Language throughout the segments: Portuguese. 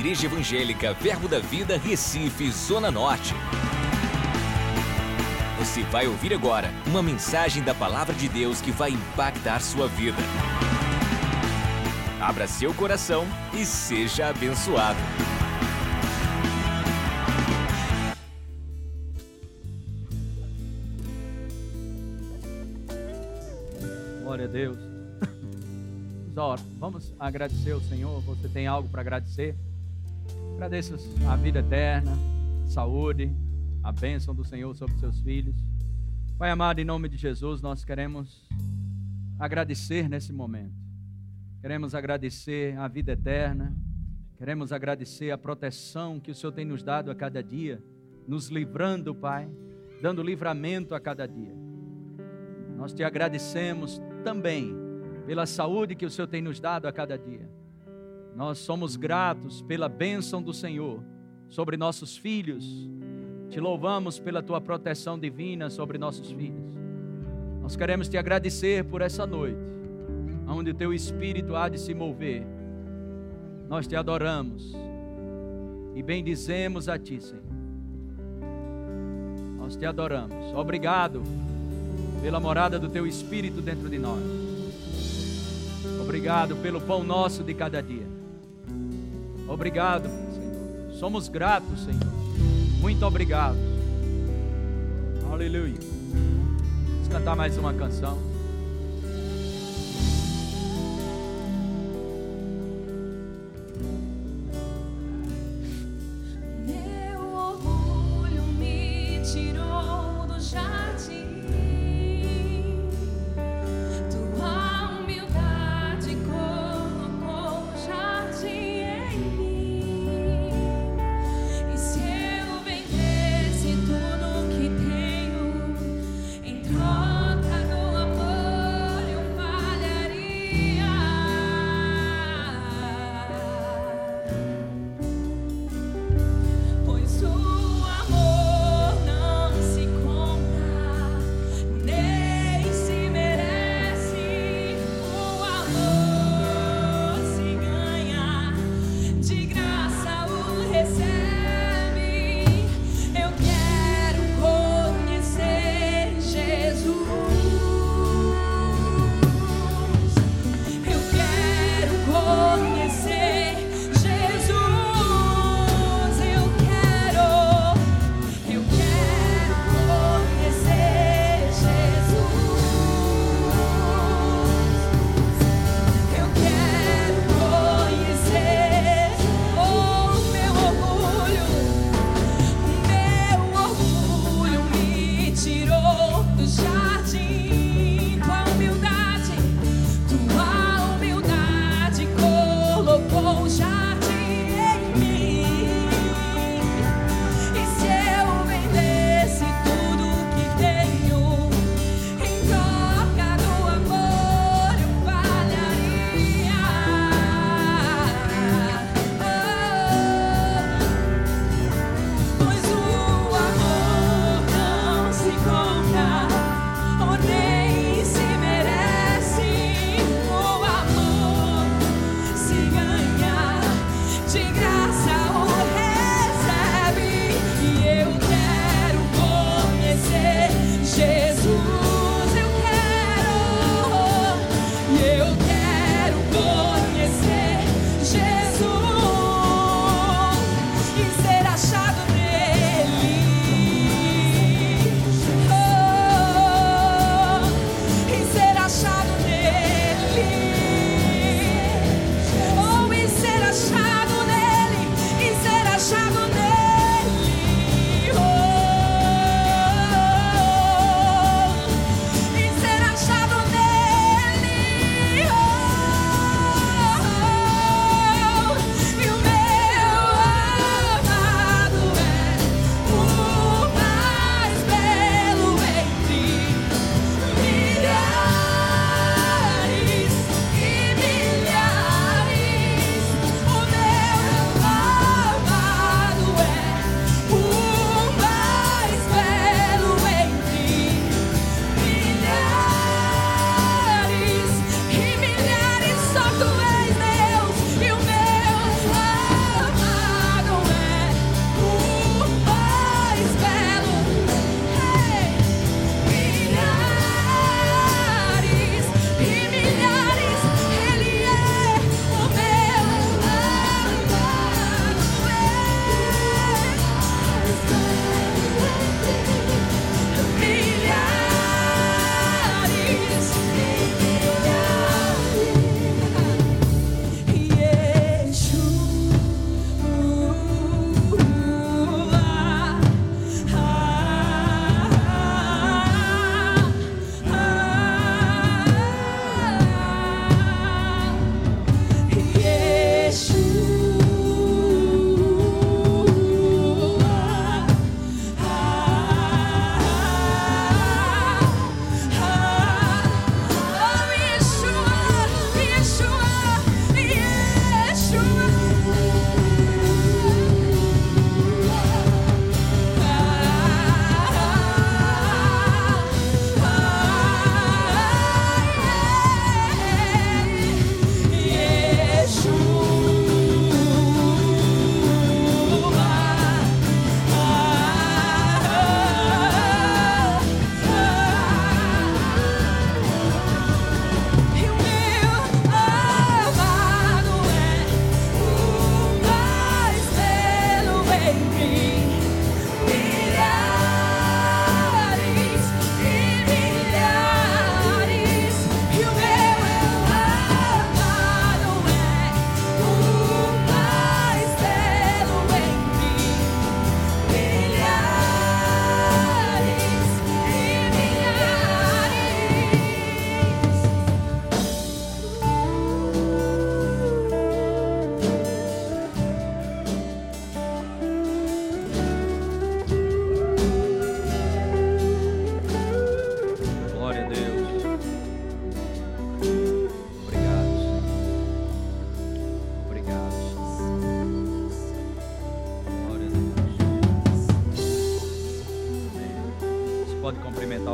Igreja Evangélica Verbo da Vida, Recife, Zona Norte. Você vai ouvir agora uma mensagem da Palavra de Deus que vai impactar sua vida. Abra seu coração e seja abençoado. Glória a Deus. Vamos agradecer ao Senhor. Você tem algo para agradecer? Agradeça a vida eterna, a saúde, a bênção do Senhor sobre seus filhos. Pai amado, em nome de Jesus, nós queremos agradecer nesse momento. Queremos agradecer a vida eterna. Queremos agradecer a proteção que o Senhor tem nos dado a cada dia, nos livrando, Pai, dando livramento a cada dia. Nós te agradecemos também pela saúde que o Senhor tem nos dado a cada dia. Nós somos gratos pela bênção do Senhor sobre nossos filhos. Te louvamos pela tua proteção divina sobre nossos filhos. Nós queremos te agradecer por essa noite, onde o teu Espírito há de se mover. Nós te adoramos e bendizemos a ti, Senhor. Nós te adoramos. Obrigado pela morada do teu Espírito dentro de nós. Obrigado pelo pão nosso de cada dia. Obrigado, Senhor. Somos gratos, Senhor. Muito obrigado. Aleluia. Vamos cantar mais uma canção. Troca do amor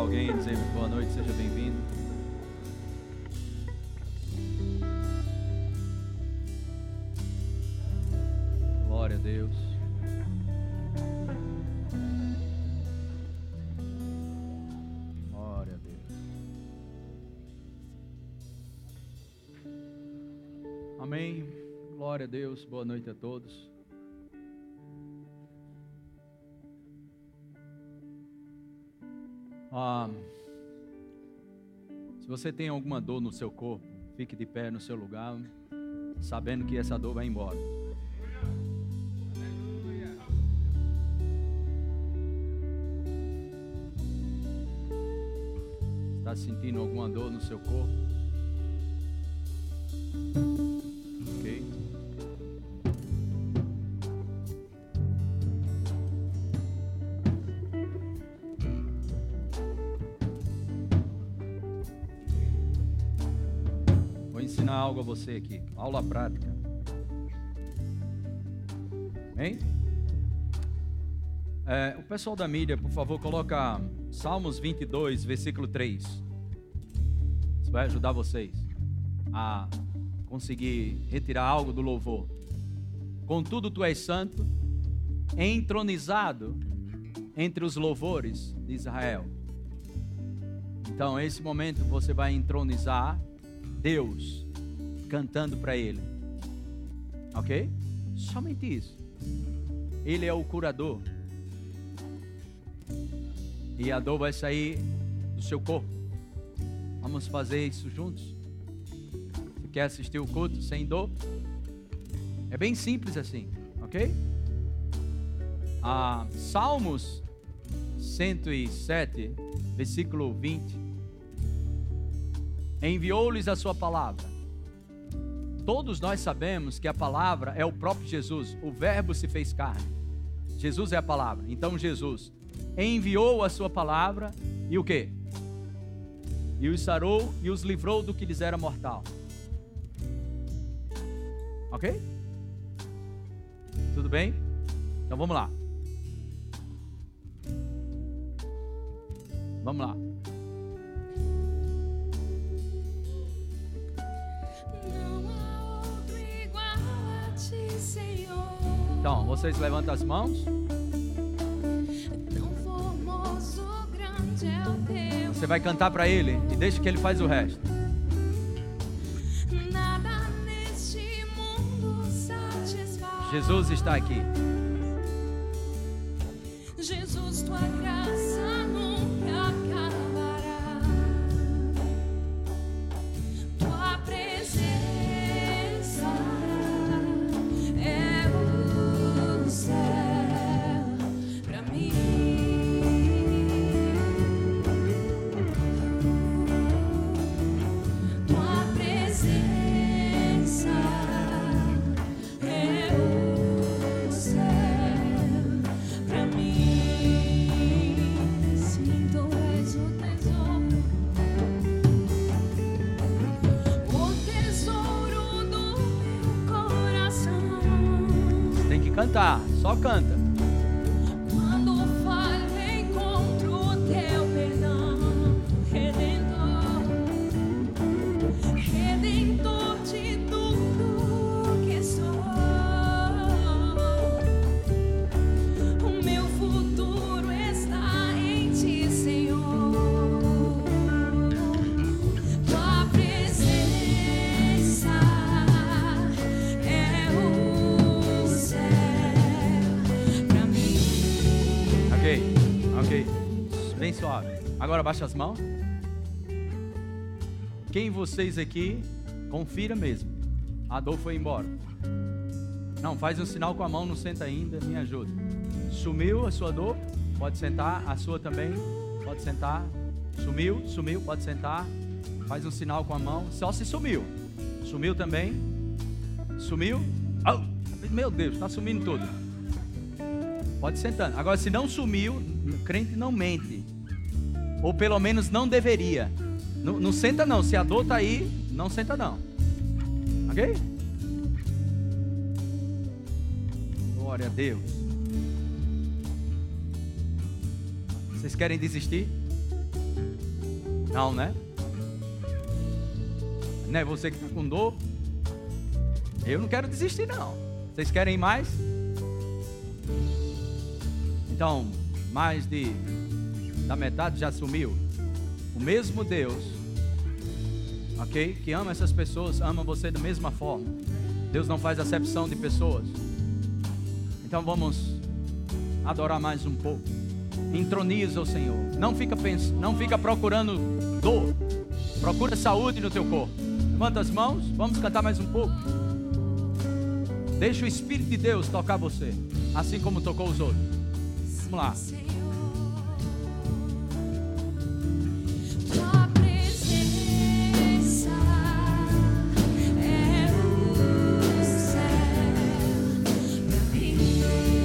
alguém e dizer boa noite, seja bem-vindo. Glória a Deus. Glória a Deus. Amém. Glória a Deus. Boa noite a todos. Se você tem alguma dor no seu corpo, fique de pé no seu lugar, sabendo que essa dor vai embora. Está sentindo alguma dor no seu corpo? Ok? Vou ensinar algo a você aqui, aula prática. Amém? O pessoal da mídia, por favor, coloca Salmos 22, versículo 3. Isso vai ajudar vocês a conseguir retirar algo do louvor. Contudo, tu és santo, entronizado entre os louvores de Israel. Então, nesse momento, você vai entronizar Deus, cantando para Ele. Ok? Somente isso. Ele é o curador. E a dor vai sair do seu corpo. Vamos fazer isso juntos? Você quer assistir o culto sem dor? É bem simples assim, ok? Salmos 107, versículo 20. Enviou-lhes a sua palavra. Todos nós sabemos que a palavra é o próprio Jesus. O verbo se fez carne. Jesus é a palavra. Então Jesus enviou a sua palavra e o quê? E os sarou e os livrou do que lhes era mortal. Ok? Tudo bem? Então vamos lá. Vamos lá. Então, vocês levantam as mãos. Você vai cantar para Ele e deixa que Ele faz o resto. Jesus está aqui. Jesus, tua graça nunca acabará. Tua presença é o céu para mim. Tua presença é o céu para mim. Sim, tu és o tesouro do meu coração. Tem que cantar, só canta. Quando falho, encontro o teu perdão, Redentor, Redentor de tudo que sou. O meu futuro está em ti, Senhor. Tua presença é o céu pra mim. Ok. Bem suave. Agora baixa as mãos. Quem vocês aqui, confira mesmo. A dor foi embora. Não, faz um sinal com a mão, não senta ainda, me ajuda. Sumiu a sua dor? Pode sentar. A sua também? Pode sentar. Sumiu, pode sentar. Faz um sinal com a mão. Só se sumiu. Sumiu também? Sumiu? Oh, meu Deus, está sumindo tudo. Pode sentar. Agora, se não sumiu, o crente não mente. Ou pelo menos não deveria. Não senta não. Se a dor está aí, não senta não. Ok? Glória a Deus. Vocês querem desistir? Não, né? Não é você que está com dor? Eu não quero desistir, não. Vocês querem mais? Então, mais da metade já sumiu. O mesmo Deus, ok? Que ama essas pessoas, ama você da mesma forma. Deus não faz acepção de pessoas. Então vamos adorar mais um pouco. Entroniza o Senhor. Não fica procurando dor. Procura saúde no teu corpo. Levanta as mãos, vamos cantar mais um pouco. Deixa o Espírito de Deus tocar você, assim como tocou os outros. Vamos lá. Tua presença é o céu pra mim.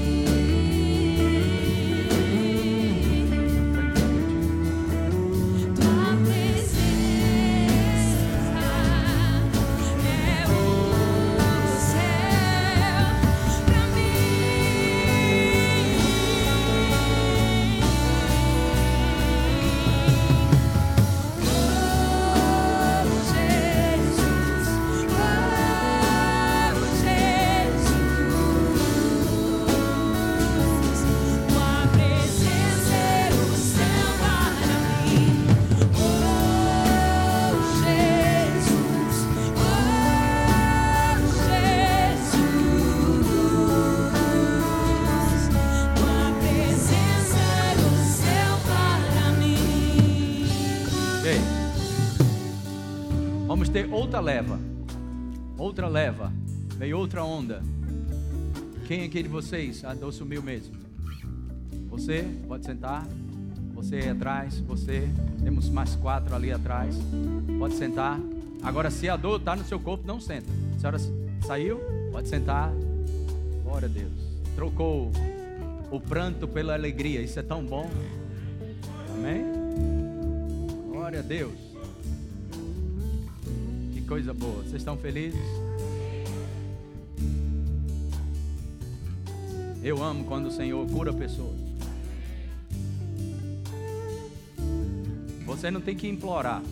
Tua presença é o céu pra Vamos ter outra leva, veio outra onda. Quem aqui de vocês? A dor sumiu mesmo. Você, pode sentar. Você aí atrás, você. Temos mais 4 ali atrás. Pode sentar. Agora, se a dor está no seu corpo, não senta. A senhora saiu? Pode sentar. Glória a Deus. Trocou o pranto pela alegria. Isso é tão bom. Amém? Glória a Deus. Que coisa boa. Vocês estão felizes? Eu amo quando o Senhor cura pessoas. Você não tem que implorar.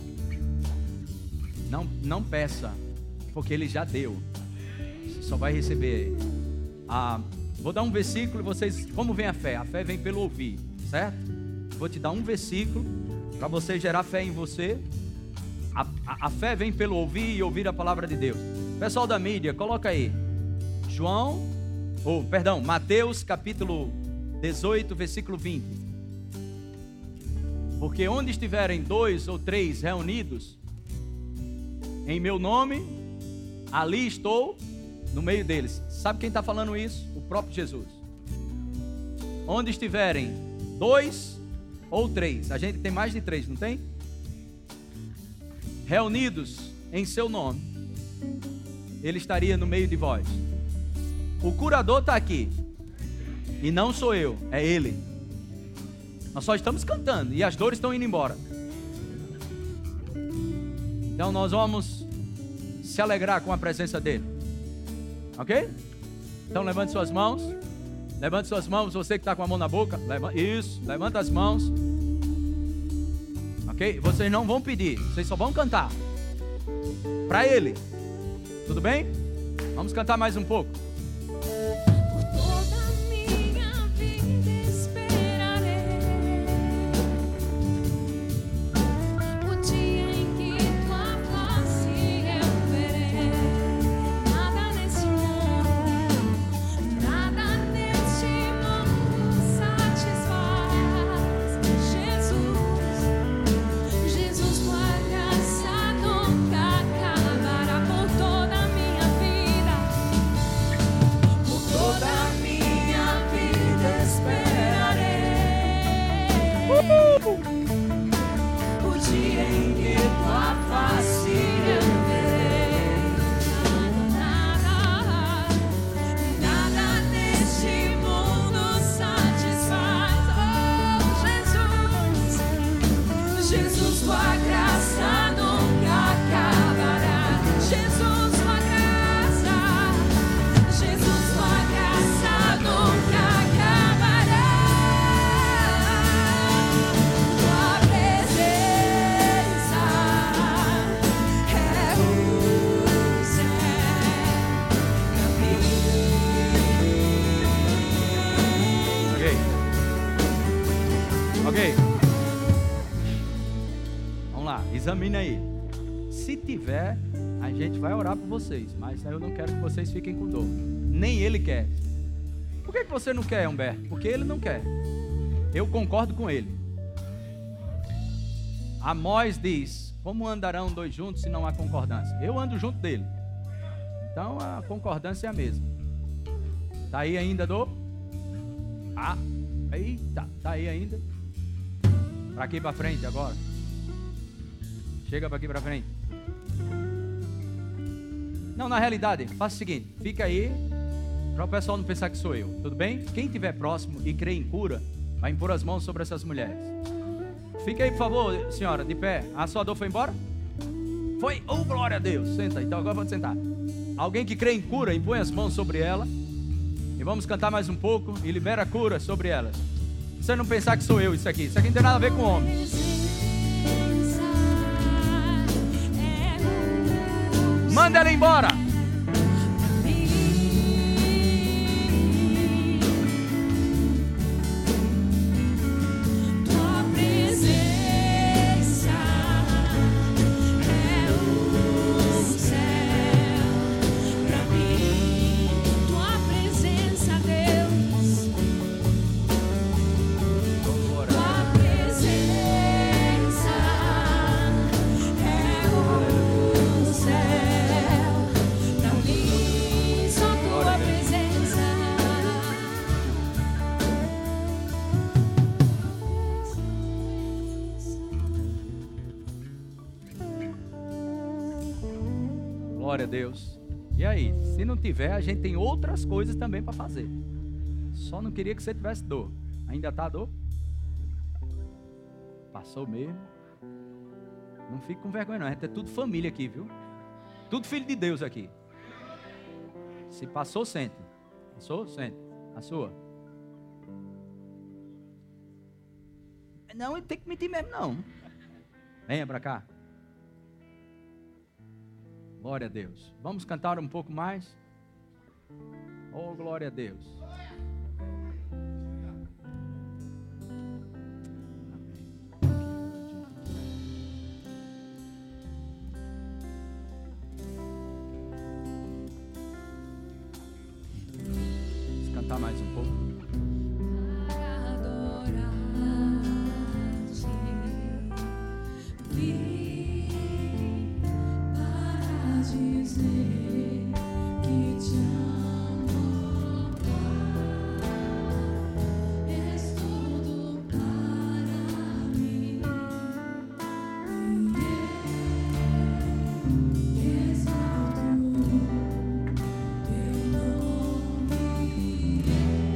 Não peça, porque Ele já deu. Você só vai receber. Vou dar um versículo e vocês... Como vem a fé? A fé vem pelo ouvir, certo? Vou te dar um versículo para você gerar fé em você. A fé vem pelo ouvir e ouvir a palavra de Deus. Pessoal da mídia, coloca aí. Mateus capítulo 18, versículo 20. Porque onde estiverem 2 ou 3 reunidos em meu nome, ali estou no meio deles. Sabe quem está falando isso? O próprio Jesus. Onde estiverem 2 ou 3, a gente tem mais de 3, não tem? Reunidos em seu nome, Ele estaria no meio de vós. O curador está aqui. E não sou eu, é Ele. Nós só estamos cantando e as dores estão indo embora. Então nós vamos se alegrar com a presença dEle. Ok? Então levante suas mãos. Levante suas mãos, você que está com a mão na boca. Isso, levanta as mãos. Ok? Vocês não vão pedir, vocês só vão cantar para Ele. Tudo bem? Vamos cantar mais um pouco. Toda minha vida esperarei o dia em que tua face eu verei. Nada neste mundo satisfaz. Jesus, tua graça nunca acabará. Por toda a minha vida examine aí. Se tiver, a gente vai orar por vocês, mas eu não quero que vocês fiquem com dor. Nem ele quer. Por que você não quer, Humberto? Porque ele não quer. Eu concordo com ele. Amós diz: como andarão dois juntos se não há concordância? Eu ando junto dele. Então a concordância é a mesma. Tá aí ainda, Dô? Ah, eita, tá aí ainda? Para aqui para frente agora. Chega para aqui para frente. Não, na realidade, faça o seguinte: fica aí, para o pessoal não pensar que sou eu, tudo bem? Quem estiver próximo e crê em cura, vai impor as mãos sobre essas mulheres. Fica aí, por favor, senhora, de pé. A sua dor foi embora? Foi? Oh, glória a Deus. Senta, então agora pode sentar. Alguém que crê em cura, impõe as mãos sobre ela. E vamos cantar mais um pouco e libera a cura sobre elas. Você não pensar que sou eu isso aqui não tem nada a ver com homem. Manda ela embora. Tua presença é o céu pra mim. Tua presença, Deus. Tua presença é o céu pra mim. Só tua presença. Glória a Deus. E aí, se não tiver, a gente tem outras coisas também para fazer. Só não queria que você tivesse dor. Ainda tá dor? Passou mesmo. Não fique com vergonha não, a gente é tudo família aqui, viu? Tudo filho de Deus aqui. Se passou, sente. Passou, sente. A sua? Não, tem que mentir mesmo não. Venha para cá. Glória a Deus. Vamos cantar um pouco mais? Oh, glória a Deus. Vamos cantar mais um pouco. Adorar-te, vim para dizer que te amo, Pai. És tudo para mim. E exalto teu nome.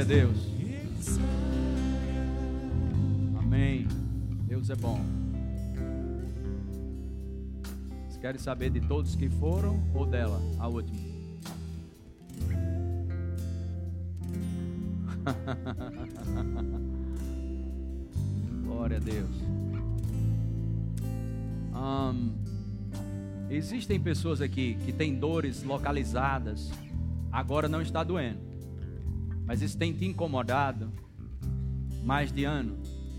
Deus. Amém. Deus é bom. Vocês querem saber de todos que foram ou dela, a última? Glória a Deus. Existem pessoas aqui que têm dores localizadas. Agora não está doendo, mas isso tem te incomodado mais de ano.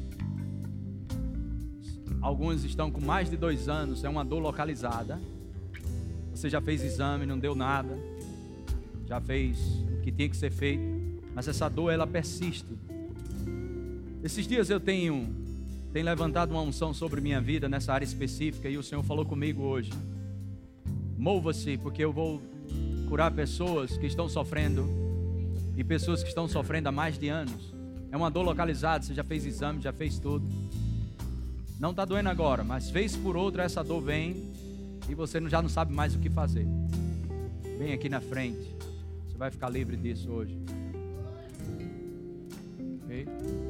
Alguns estão com mais de 2 anos. É uma dor localizada. Você já fez exame, não deu nada. Já fez o que tinha que ser feito, mas essa dor, ela persiste. Esses dias eu tenho levantado uma unção sobre minha vida nessa área específica, e o Senhor falou comigo hoje: mova-se, porque eu vou curar pessoas que estão sofrendo, e pessoas que estão sofrendo há mais de anos. É uma dor localizada. Você já fez exame, já fez tudo, não está doendo agora, mas vez por outra essa dor vem e você já não sabe mais o que fazer. Vem aqui na frente, você vai ficar livre disso hoje. Okay?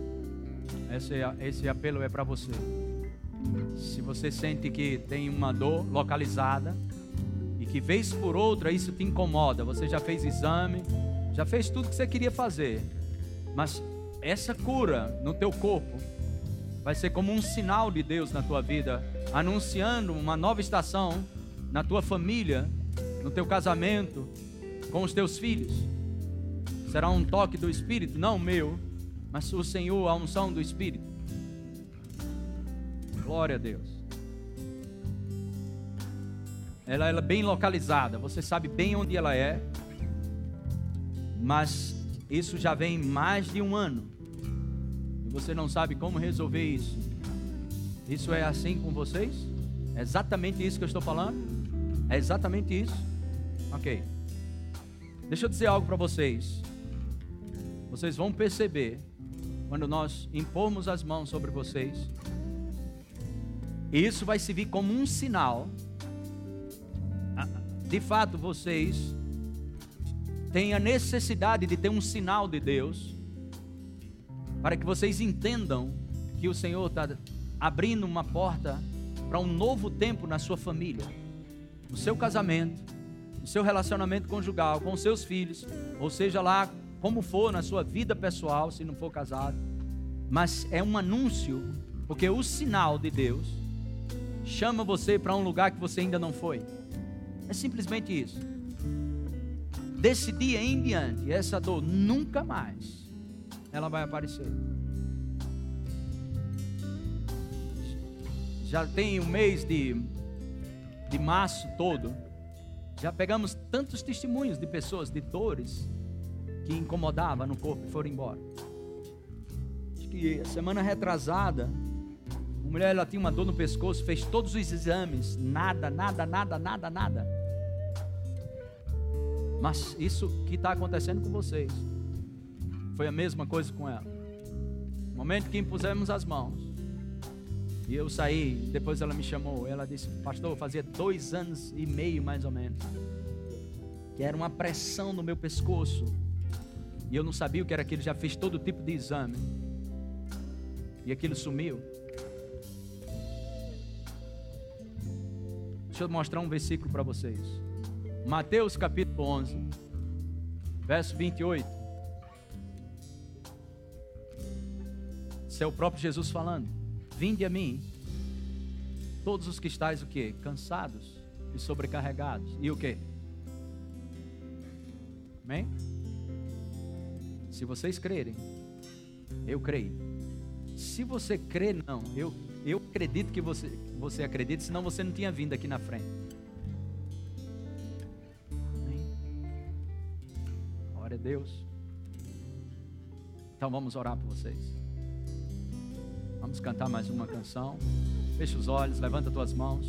Esse apelo é para você. Se você sente que tem uma dor localizada e que vez por outra isso te incomoda, você já fez exame, já fez tudo que você queria fazer, mas essa cura no teu corpo vai ser como um sinal de Deus na tua vida, anunciando uma nova estação na tua família, no teu casamento, com os teus filhos. Será um toque do Espírito, não meu, mas o Senhor, a unção do Espírito. Glória a Deus. Ela é bem localizada, você sabe bem onde ela é, mas isso já vem mais de 1 ano. Você não sabe como resolver isso. Isso é assim com vocês? É exatamente isso que eu estou falando? É exatamente isso? Ok. Deixa eu dizer algo para vocês. Vocês vão perceber, quando nós impormos as mãos sobre vocês, e isso vai servir como um sinal. De fato, vocês têm a necessidade de ter um sinal de Deus, para que vocês entendam que o Senhor está abrindo uma porta para um novo tempo na sua família, no seu casamento, no seu relacionamento conjugal, com seus filhos, ou seja lá como for na sua vida pessoal, se não for casado. Mas é um anúncio, porque o sinal de Deus chama você para um lugar que você ainda não foi. É simplesmente isso. Desse dia em diante, essa dor nunca mais ela vai aparecer. Já tem um mês de março todo, já pegamos tantos testemunhos de pessoas de dores que incomodavam no corpo e foram embora. Acho que a semana retrasada, uma mulher, ela tinha uma dor no pescoço, fez todos os exames, nada. Mas isso que está acontecendo com vocês foi a mesma coisa com ela. No momento que impusemos as mãos, e eu saí, depois ela me chamou, ela disse: pastor, fazia 2 anos e meio mais ou menos, que era uma pressão no meu pescoço, e eu não sabia o que era aquilo, já fiz todo tipo de exame, e aquilo sumiu. Deixa eu mostrar um versículo para vocês. Mateus capítulo 11, verso 28. Esse é o próprio Jesus falando: vinde a mim, todos os que estáis o quê? Cansados e sobrecarregados. E o quê? Amém? Se vocês crerem, eu creio. Se você crê, não, eu acredito que você acredita, senão você não tinha vindo aqui na frente. Amém? Glória a Deus. Então vamos orar por vocês. Vamos cantar mais uma canção. Fecha os olhos, levanta tuas mãos.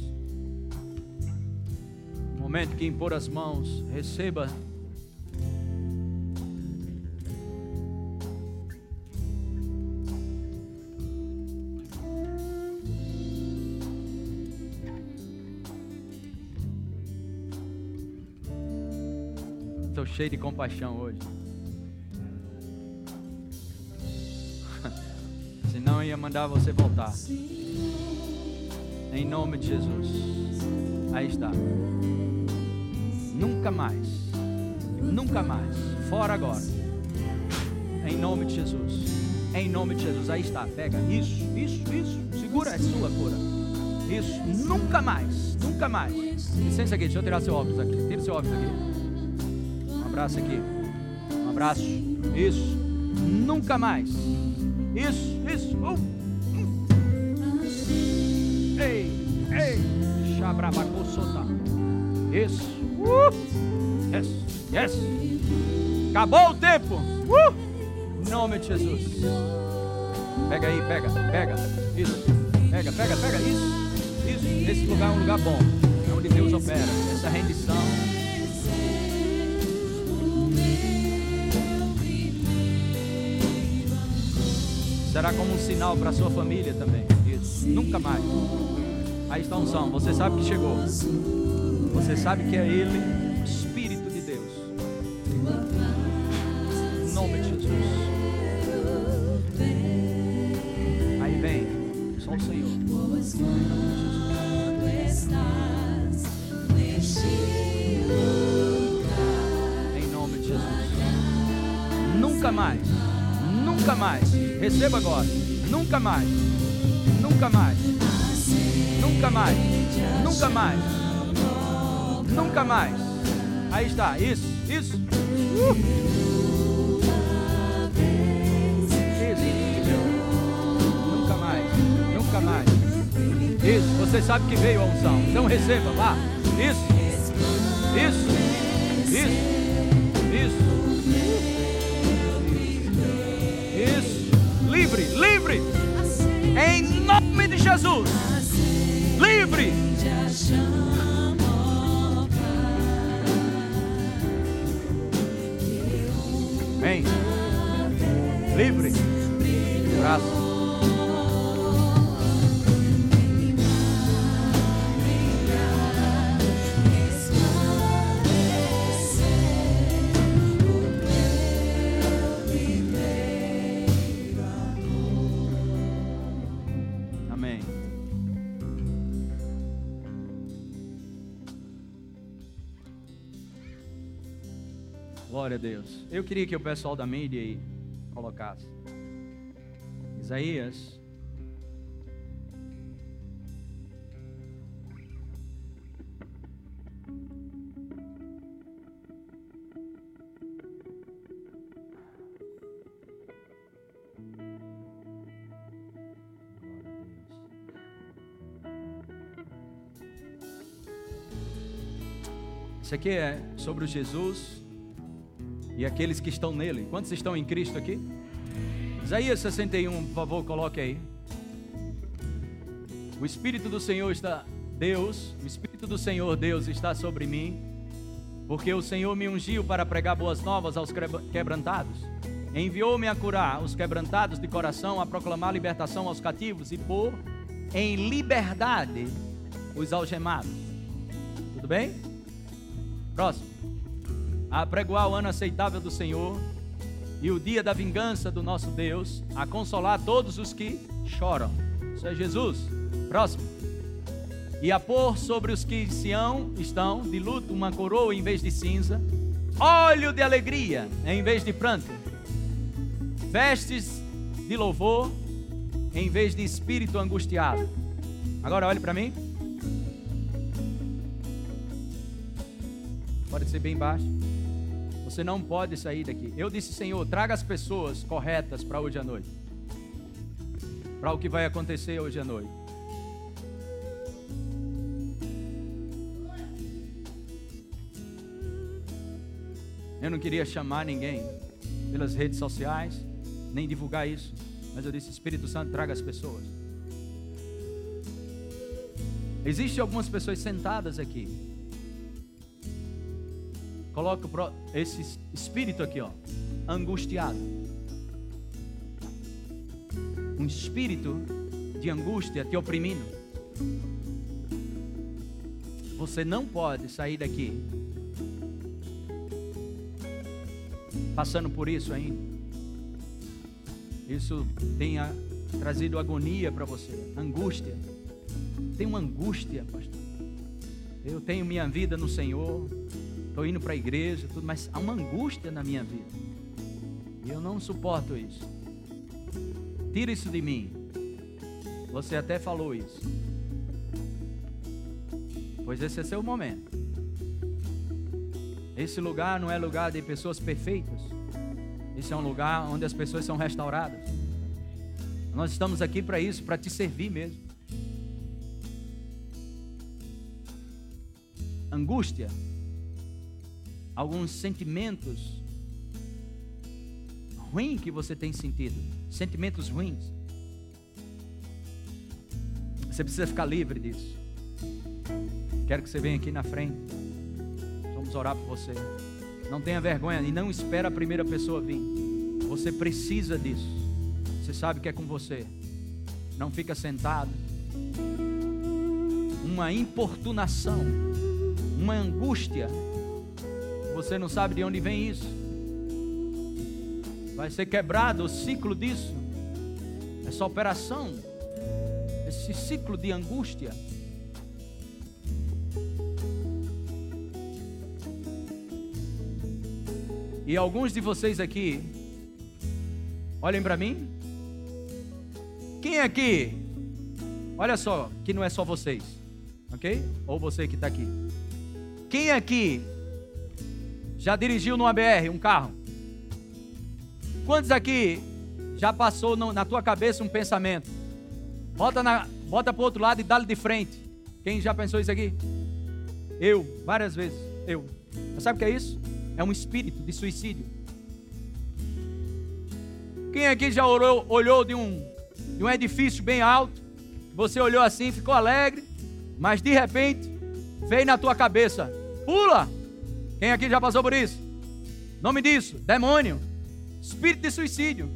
No momento que impor as mãos, receba. Estou cheio de compaixão hoje. ia mandar você voltar. Em nome de Jesus. Aí está. Nunca mais. Nunca mais. Fora agora. Em nome de Jesus. Em nome de Jesus. Aí está. Pega. Isso. Segura, é sua cura. Isso. Nunca mais. Nunca mais. Licença aqui. Deixa eu tirar seu óculos aqui. Tira seu óculos aqui. Um abraço aqui. Um abraço. Isso. Nunca mais. Isso. Ei. Shabrabacosota. Isso. Yes. Acabou o tempo. Em nome de Jesus. Pega aí, pega. Isso. Pega. Isso. Esse lugar é um lugar bom. É onde Deus opera. Essa rendição. Será como um sinal para a sua família também. Isso. Nunca mais. Aí está a unção. Você sabe que chegou. Você sabe que é Ele, o Espírito de Deus. Em nome de Jesus. Aí vem. Só o Senhor. Em nome de Jesus. Nunca mais. Nunca mais. Receba agora. Nunca mais. Nunca mais. Nunca mais. Nunca mais. Nunca mais. Aí está. Isso. Isso. Nunca mais. Nunca mais. Isso. Você sabe que veio a unção. Então receba. Vá. Isso. Isso. Livre. Em nome de Jesus. Livre. Vem. Livre. Braço. Glória a Deus. Eu queria que o pessoal da mídia aí colocasse Isaías Isso aqui é sobre o Jesus e aqueles que estão nele. Quantos estão em Cristo aqui? Isaías 61, por favor, coloque aí. O Espírito do Senhor está, o Espírito do Senhor Deus está sobre mim, porque o Senhor me ungiu para pregar boas novas aos quebrantados. Enviou-me a curar os quebrantados de coração, a proclamar libertação aos cativos e pôr em liberdade os algemados. Tudo bem? Próximo. A apregoar o ano aceitável do Senhor e o dia da vingança do nosso Deus, a consolar todos os que choram. Isso é Jesus. Próximo. E a pôr sobre os que em Sião estão de luto uma coroa em vez de cinza, óleo de alegria em vez de pranto, vestes de louvor em vez de espírito angustiado. Agora olhe para mim. Pode ser bem baixo. Você não pode sair daqui. Eu disse, Senhor, traga as pessoas corretas para hoje à noite. Para o que vai acontecer hoje à noite. Eu não queria chamar ninguém pelas redes sociais, nem divulgar isso. Mas eu disse, Espírito Santo, traga as pessoas. Existem algumas pessoas sentadas aqui. Coloca esse espírito aqui, ó, angustiado. Um espírito de angústia te oprimindo. Você não pode sair daqui passando por isso ainda. Isso tem trazido agonia para você, angústia. Tem uma angústia, pastor. Eu tenho minha vida no Senhor, estou indo para a igreja, tudo, mas há uma angústia na minha vida. E eu não suporto isso. Tira isso de mim. Você até falou isso. Pois esse é seu momento. Esse lugar não é lugar de pessoas perfeitas. Esse é um lugar onde as pessoas são restauradas. Nós estamos aqui para isso, para te servir mesmo. Angústia. Alguns sentimentos ruins que você tem sentido. Sentimentos ruins. Você precisa ficar livre disso. Quero que você venha aqui na frente. Vamos orar por você. Não tenha vergonha e não espera a primeira pessoa vir. Você precisa disso. Você sabe que é com você. Não fica sentado. Uma importunação, uma angústia. Você não sabe de onde vem isso. Vai ser quebrado o ciclo disso. Essa operação, esse ciclo de angústia. E alguns de vocês aqui, olhem para mim. Quem aqui, olha só, que não é só vocês, ok? Ou você que está aqui. Quem aqui já dirigiu numa BR, um carro? Quantos aqui já passou na tua cabeça um pensamento? Bota para o outro lado e dá-lhe de frente. Quem já pensou isso aqui? Eu, várias vezes, eu. Mas sabe o que é isso? É um espírito de suicídio. Quem aqui já olhou de um edifício bem alto? Você olhou assim, ficou alegre, mas de repente veio na tua cabeça: pula! Quem aqui já passou por isso? Nome disso: demônio, espírito de suicídio.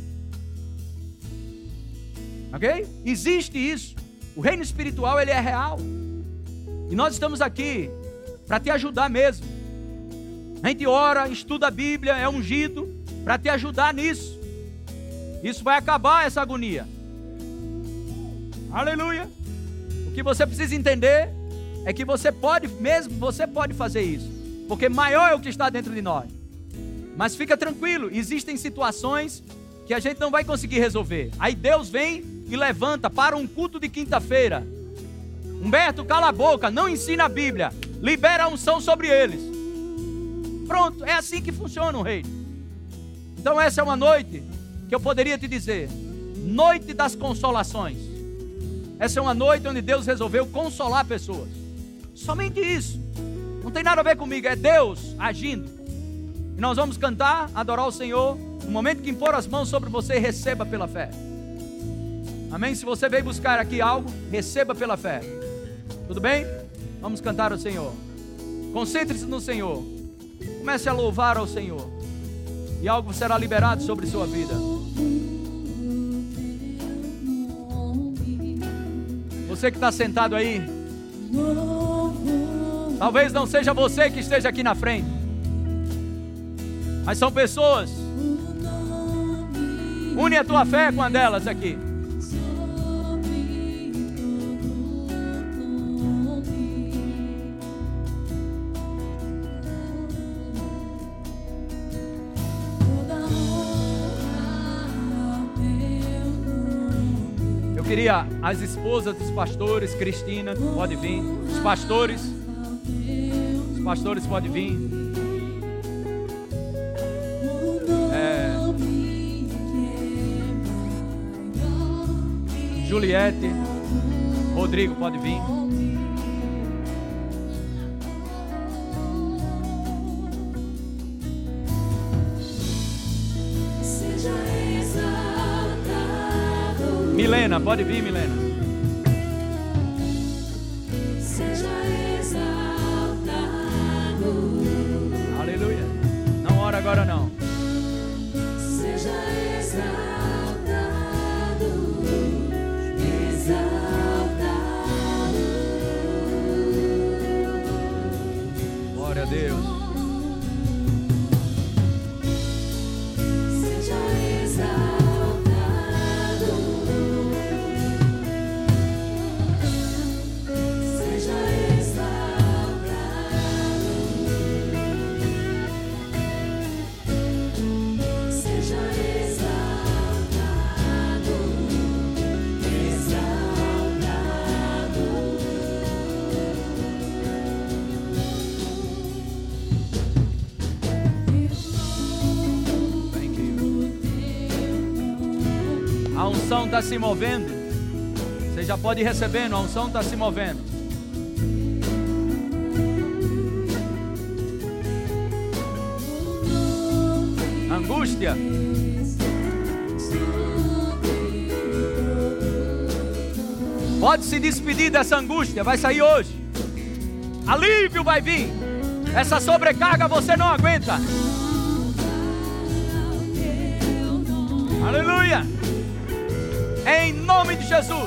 Ok? Existe isso. O reino espiritual, ele é real. E nós estamos aqui para te ajudar mesmo. A gente ora, estuda a Bíblia, é ungido para te ajudar nisso. Isso vai acabar essa agonia. Aleluia. O que você precisa entender é que você pode fazer isso, porque maior é o que está dentro de nós. Mas fica tranquilo, existem situações que a gente não vai conseguir resolver. Aí Deus vem e levanta para um culto de quinta-feira. Humberto, cala a boca, não ensina a Bíblia, libera a unção sobre eles. Pronto, é assim que funciona o reino. Então essa é uma noite que eu poderia te dizer, noite das consolações. Essa é uma noite onde Deus resolveu consolar pessoas. Somente isso. Não tem nada a ver comigo, é Deus agindo. E nós vamos cantar, adorar o Senhor. No momento que impor as mãos sobre você, receba pela fé. Amém? Se você veio buscar aqui algo, receba pela fé. Tudo bem? Vamos cantar ao Senhor. Concentre-se no Senhor. Comece a louvar ao Senhor. E algo será liberado sobre sua vida. Você que está sentado aí, talvez não seja você que esteja aqui na frente, mas são pessoas. Une a tua fé com uma delas aqui. Eu queria as esposas dos pastores, Cristina, pode vir. Os pastores podem vir. Juliette, Rodrigo pode vir. Milena, pode vir, Milena. Seja exaltado. Aleluia. Não ora agora não. Seja exaltado. Exaltado. Glória a Deus. Seja exaltado. unção está se movendo. Você já pode ir recebendo, a unção está se movendo. Angústia. Pode se despedir dessa angústia, vai sair hoje. Alívio vai vir. Essa sobrecarga você não aguenta. Aleluia. Em nome de Jesus.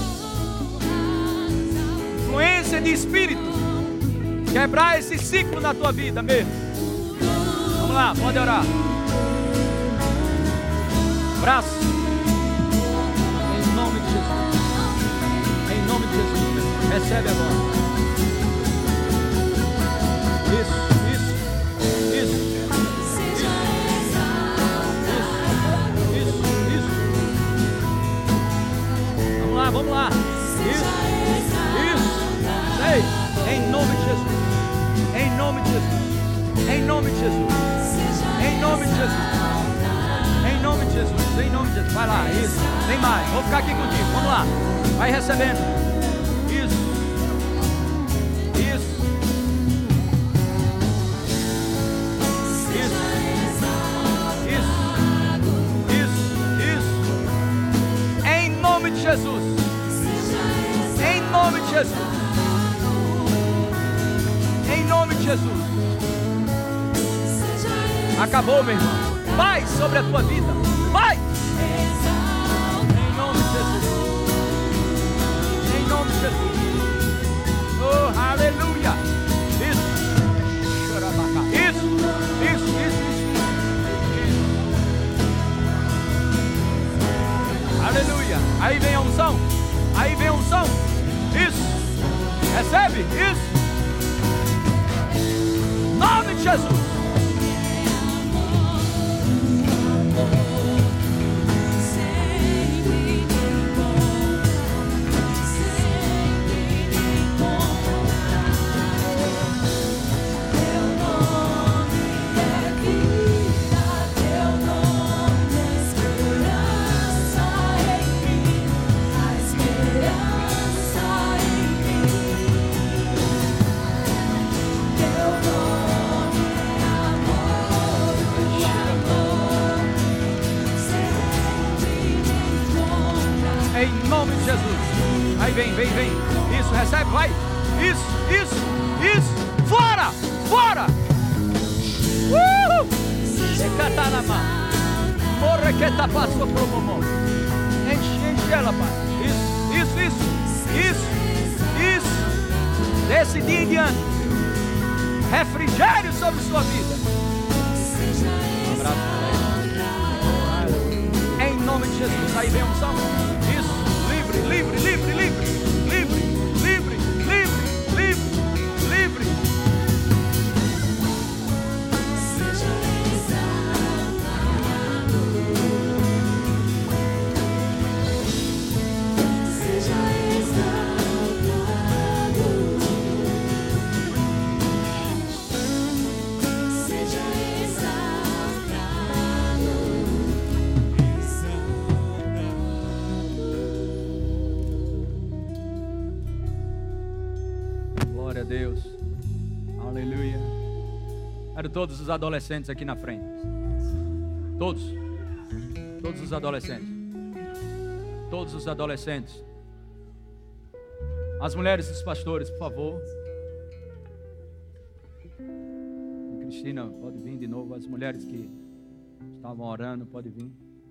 Influência de espírito. Quebrar esse ciclo na tua vida mesmo. Vamos lá, pode orar. Braço. Em nome de Jesus. Em nome de Jesus. Recebe agora. Isso. Vamos lá. Isso. Ei, em nome de Jesus. Em nome de Jesus. Em nome de Jesus. Em nome de Jesus. Em nome de Jesus. Em nome de Jesus. Vai lá. Isso. Tem mais. Vou ficar aqui contigo. Vamos lá. Vai recebendo. Isso. Isso. Em nome de Jesus. Em nome de Jesus. Em nome de Jesus. Acabou, meu irmão. Paz sobre a tua vida. Paz. Em nome de Jesus. Em nome de Jesus. Oh, aleluia. Isso. Aleluia. Aí vem a unção. Aí vem a unção. Isso. Recebe. Isso. Nome de Jesus. Vem. Isso, recebe, vai. Isso. Fora. Se catarama. Morre que tá passou pro momão. Enche ela, pai. Isso. Desse dia em diante. Refrigério sobre sua vida. Um abraço para ele. Em nome de Jesus. Aí vem a unção. Isso. Livre. Glória a Deus. Aleluia. Quero todos os adolescentes aqui na frente. Todos os adolescentes. Todos os adolescentes. As mulheres dos pastores, por favor. Cristina, pode vir de novo. As mulheres que estavam orando, pode vir.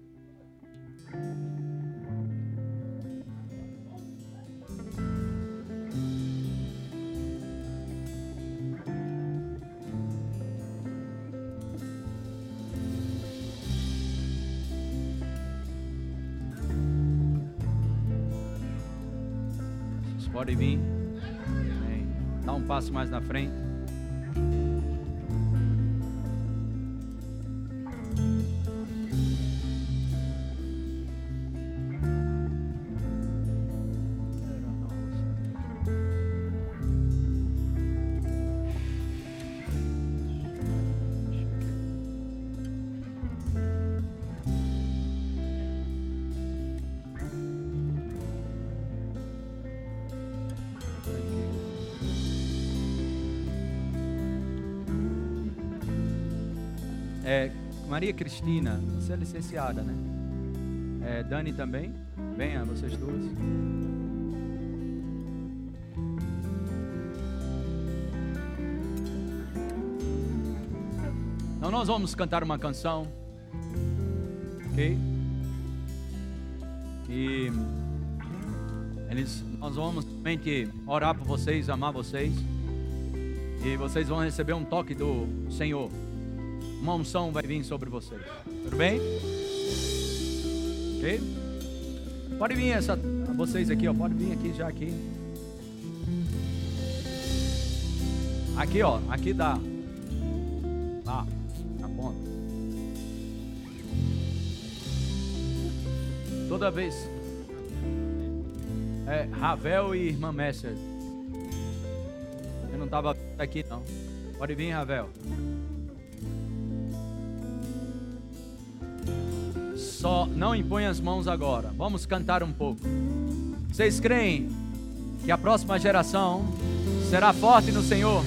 Pode vir. Amém. Dá um passo mais na frente. Maria Cristina, você é licenciada, né? Dani também. Venha, vocês duas. Então nós vamos cantar uma canção, ok? E nós vamos somente orar por vocês, amar vocês, e vocês vão receber um toque do Senhor. Uma unção vai vir sobre vocês. Tudo bem? Ok? Pode vir vocês aqui, ó. Pode vir aqui já aqui. Aqui, ó. Aqui dá. Lá, na ponta. Toda vez. Ravel e irmã Messer. Eu não estava aqui não. Pode vir, Ravel. Só não impõe as mãos agora. Vamos cantar um pouco. Vocês creem que a próxima geração será forte no Senhor?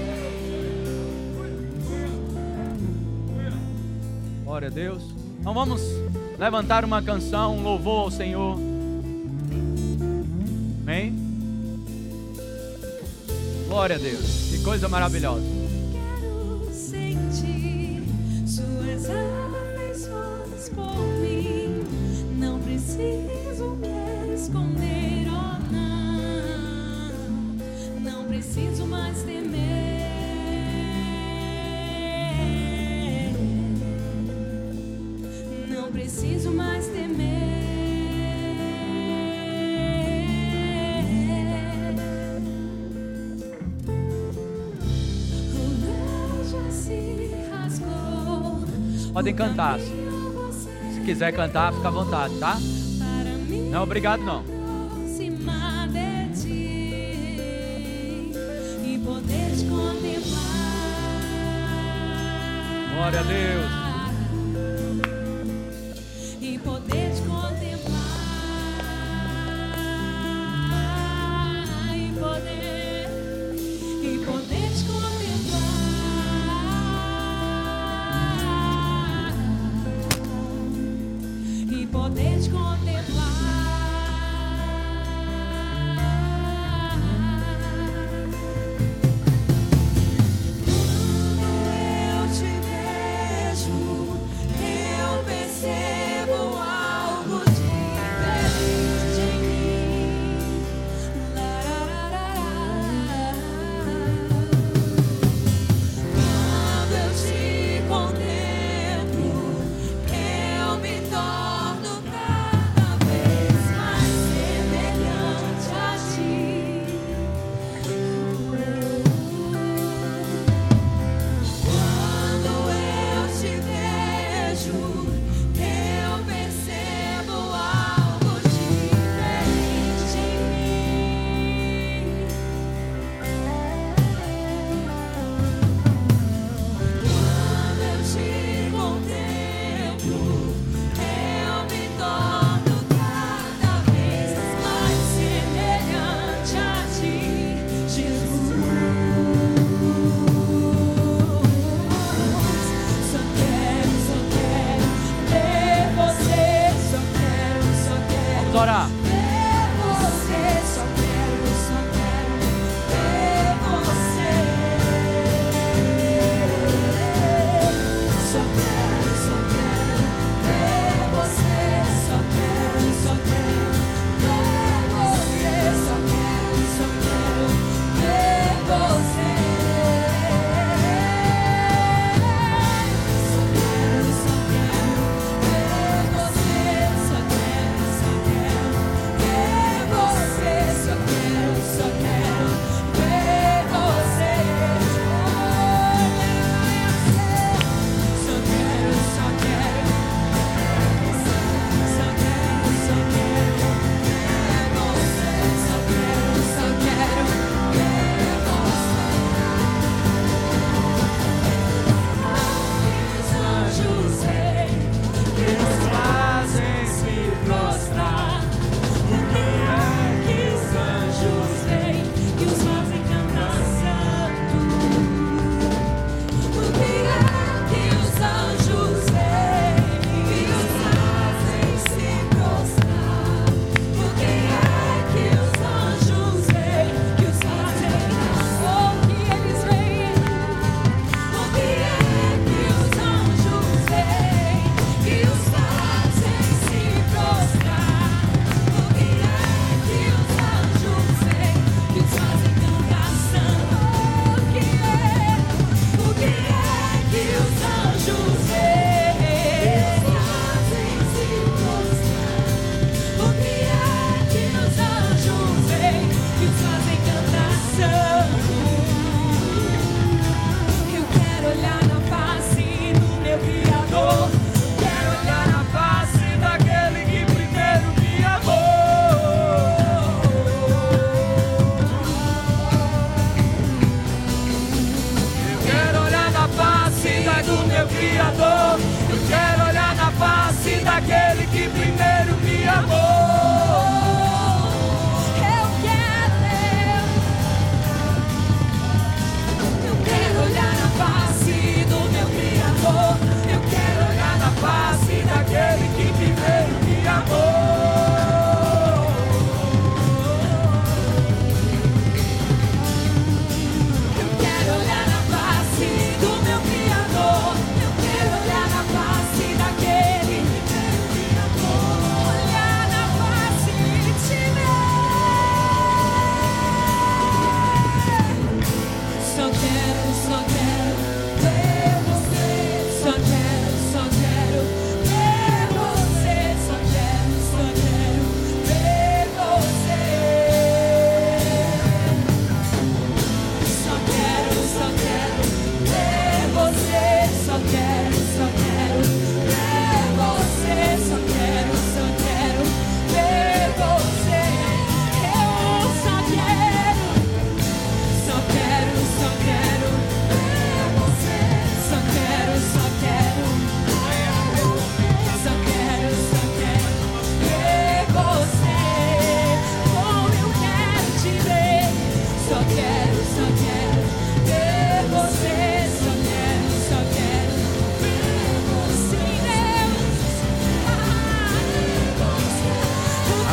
Glória a Deus. Então vamos levantar uma canção, um louvor ao Senhor. Amém? Glória a Deus. Que coisa maravilhosa. Quero sentir suas afeições por mim. Não preciso me esconder, oh não. Não preciso mais temer. Não preciso mais temer. Podem cantar. Se quiser cantar, fica à vontade, tá? Não é obrigado, não. Glória a Deus. E poder te contemplar. E poder te contemplar. E poder te contemplar. Eu te vejo, eu percebo algo diferente em mim. Quando eu te contemplo, eu me torno cada vez mais semelhante a ti. Quando eu te vejo, eu percebo algo diferente em mim. Quando eu te contemplo, eu me torno cada vez mais semelhante a ti, Jesus. Só quero ver você. Só quero Vamos orar. ver você. Só quero ver você. Só quero ver você. Só quero ver você. Só quero ver você. Só quero ver você. Só quero ver você.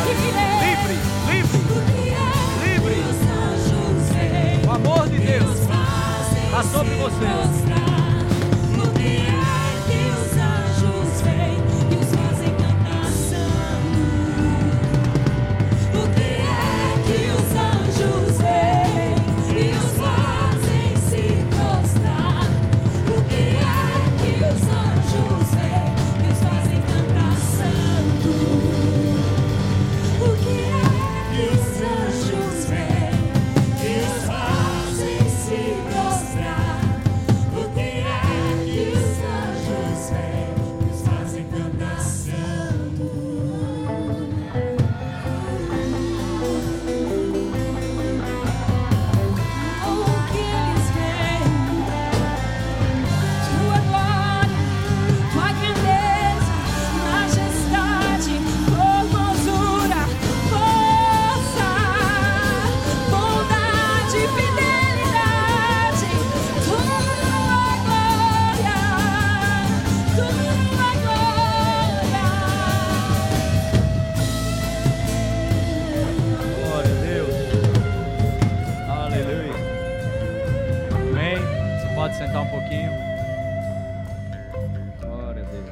livre, livre, livre. O amor de Deus está sobre você. Sentar um pouquinho. Glória a Deus.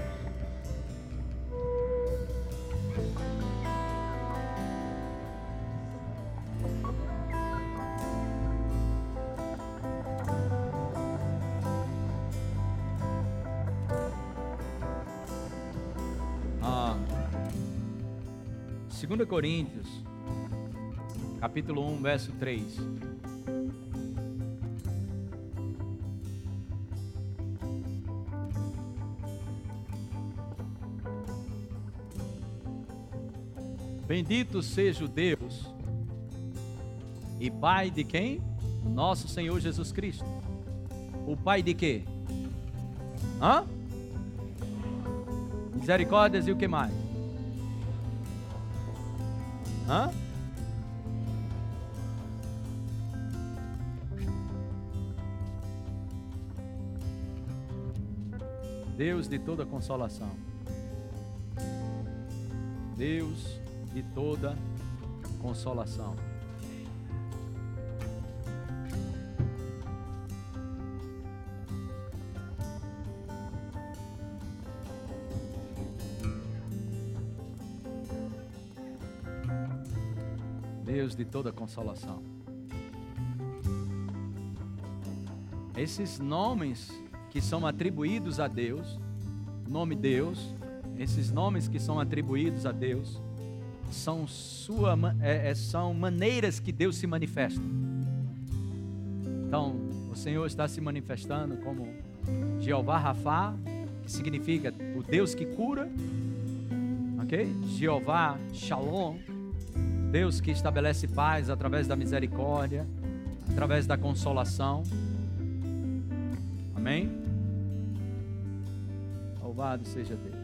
Segunda Coríntios, capítulo 1, verso 3. Bendito seja o Deus e Pai de quem? Nosso Senhor Jesus Cristo. O Pai de quê? Misericórdias e o que mais? Deus de toda consolação. Deus de toda consolação. Deus de toda consolação. Esses nomes que são atribuídos a Deus, nome Deus, esses nomes que são atribuídos a Deus, são maneiras que Deus se manifesta. Então, o Senhor está se manifestando como Jeová Rafá, que significa o Deus que cura, ok? Jeová Shalom, Deus que estabelece paz através da misericórdia, através da consolação. Amém? Louvado seja Deus.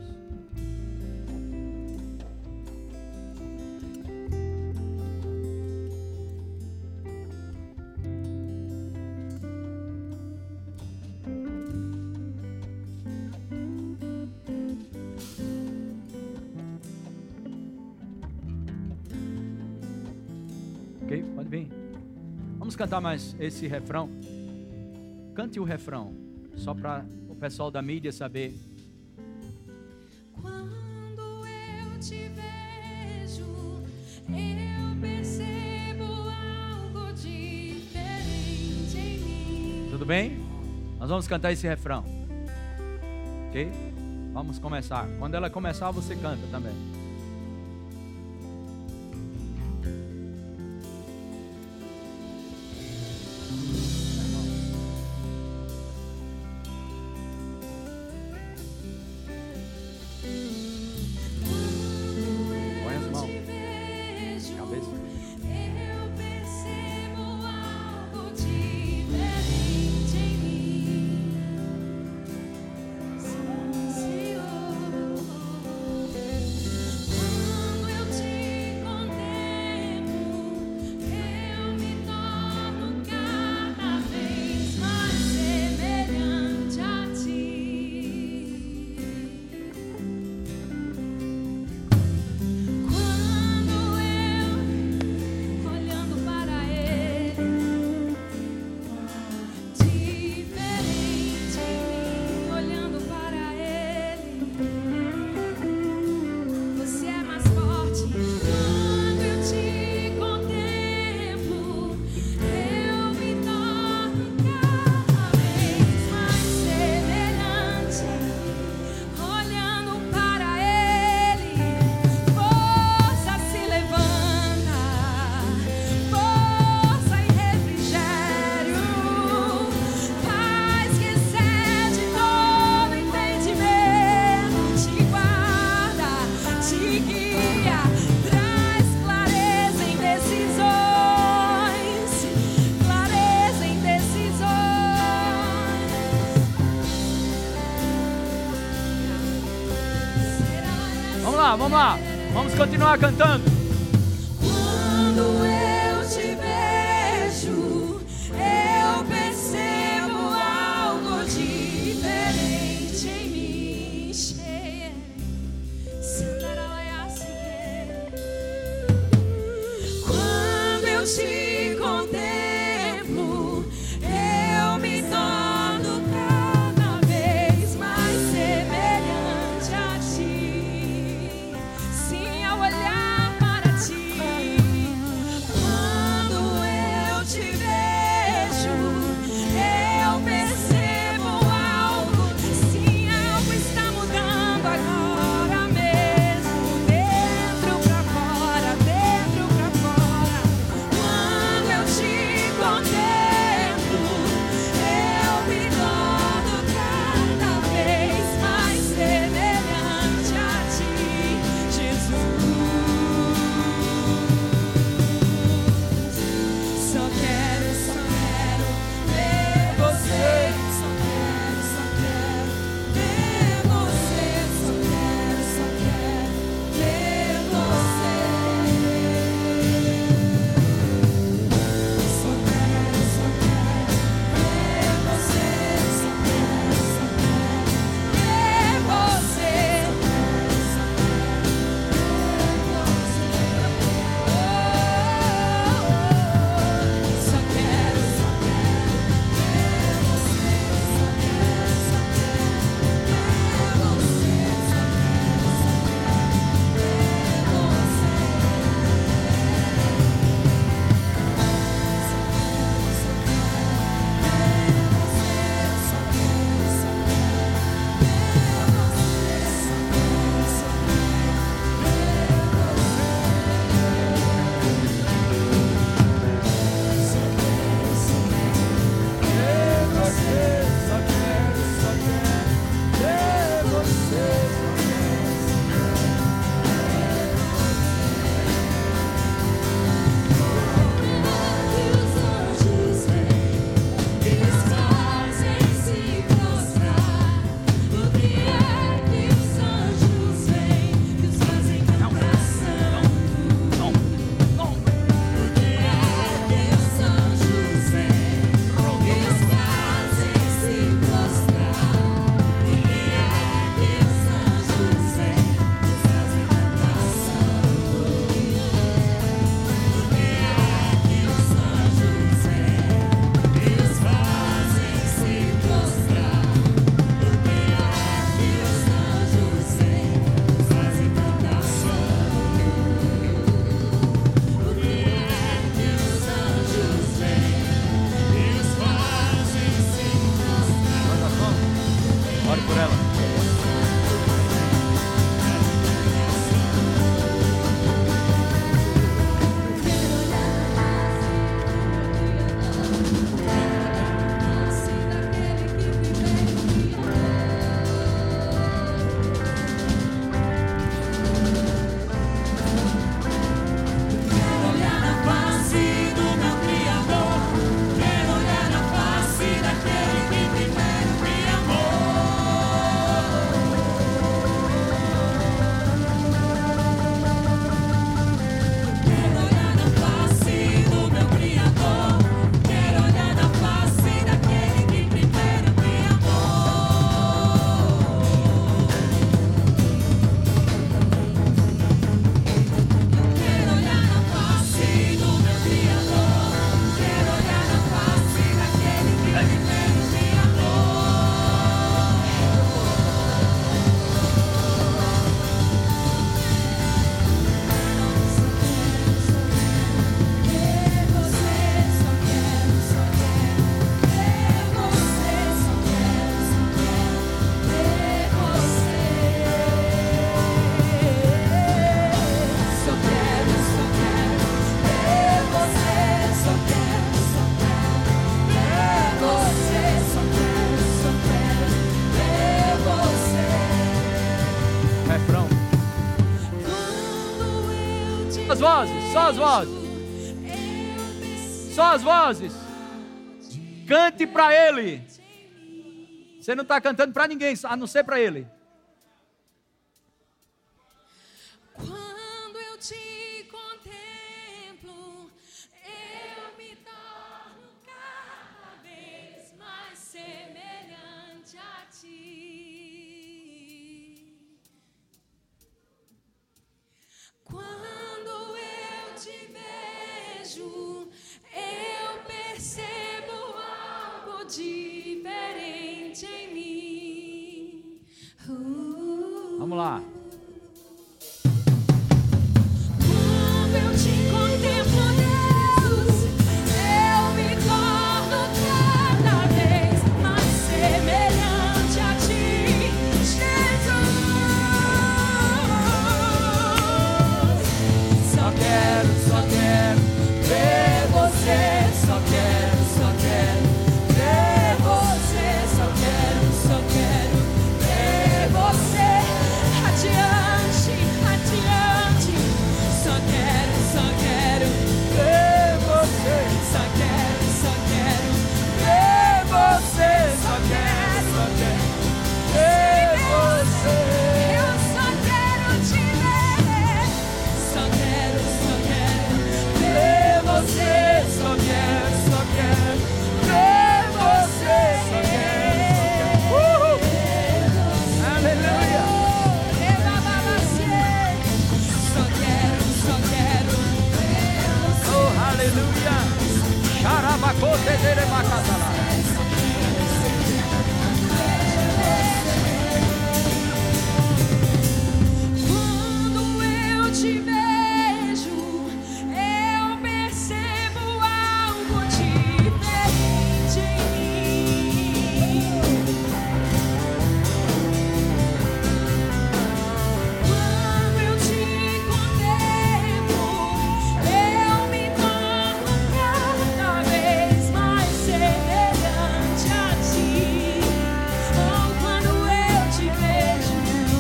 Ok? Pode vir. Vamos cantar mais esse refrão. Cante o refrão, só para o pessoal da mídia saber. Quando eu te vejo, eu percebo algo diferente em mim. Tudo bem? Nós vamos cantar esse refrão. Ok? Vamos começar. Quando ela começar, você canta também. lá, vamos lá. Vamos continuar cantando. Quando eu te vejo, eu percebo algo diferente em mim. Quando eu te contemplo, eu me torno cada vez mais semelhante a ti. Sim, ao olhar para ti. Quando eu te vejo, eu percebo algo. Sim, algo está mudando agora mesmo, dentro pra fora, dentro pra fora. Quando eu te contemplo, eu me torno cada vez mais semelhante a ti, Jesus. Só quero ver você. Só quero ver você. Só quero ver você. Só quero ver você. Só quero ver você. Só quero Ore por ela. Quero olhar na face do meu Criador. Quero olhar na face daquele que primeiro me quero olhar na face do meu Criador. Quero olhar na face daquele que primeiro me amou. Quero olhar na face do meu Criador. Quero olhar na face daquele que primeiro me amou. Ver você, só quero ver você, só quero ver você. Só quero ver você, só quero ver você, só quero ver você. Refrão. Quando eu te As vozes, só as vozes. Só as vozes. Cante para Ele. Você não está cantando para ninguém, a não ser para Ele. vejo, eu percebo algo diferente em mim. Vamos lá. Quando eu te contemplo, Deus, eu me torno cada vez mais semelhante a Ti, Jesus. Só quero ver você. Só quero ver você. Só quero ver você. Adiante. Só quero ver você. Só quero ver você. Só quero ver você. Eu só quero te ver. Só quero ver você. Só quero ver você. Só quero. Aleluia. Só quero Oh, aleluia. Xarabacote dele macatala. Quando eu te vejo, eu percebo algo diferente em mim. Quando eu te contemplo, eu me torno cada vez mais semelhante a Ti. Oh, quando eu te vejo,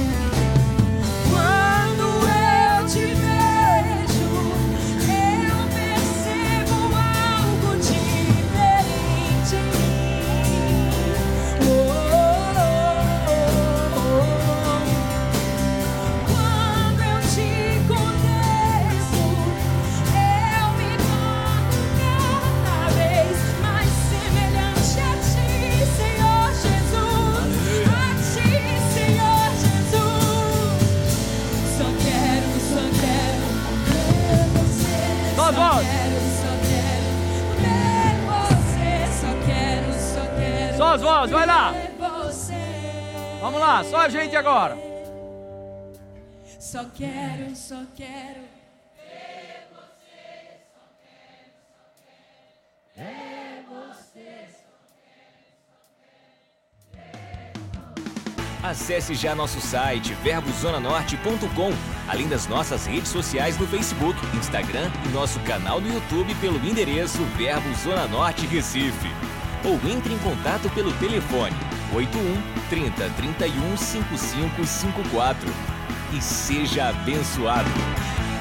eu percebo algo diferente em mim. Quando eu te contemplo, eu me torno cada vez mais semelhante a Ti, Senhor Jesus. A Ti, Senhor Jesus. Só quero ver você. Só as vozes. Ver você. Só quero Só as vozes, vai lá. ver você. Vamos lá, só a gente agora. Só quero. Acesse já nosso site verbozonanorte.com, além das nossas redes sociais no Facebook, Instagram e nosso canal no YouTube pelo endereço Verbo Zona Norte Recife. Ou entre em contato pelo telefone 81 30 31 5554 e seja abençoado.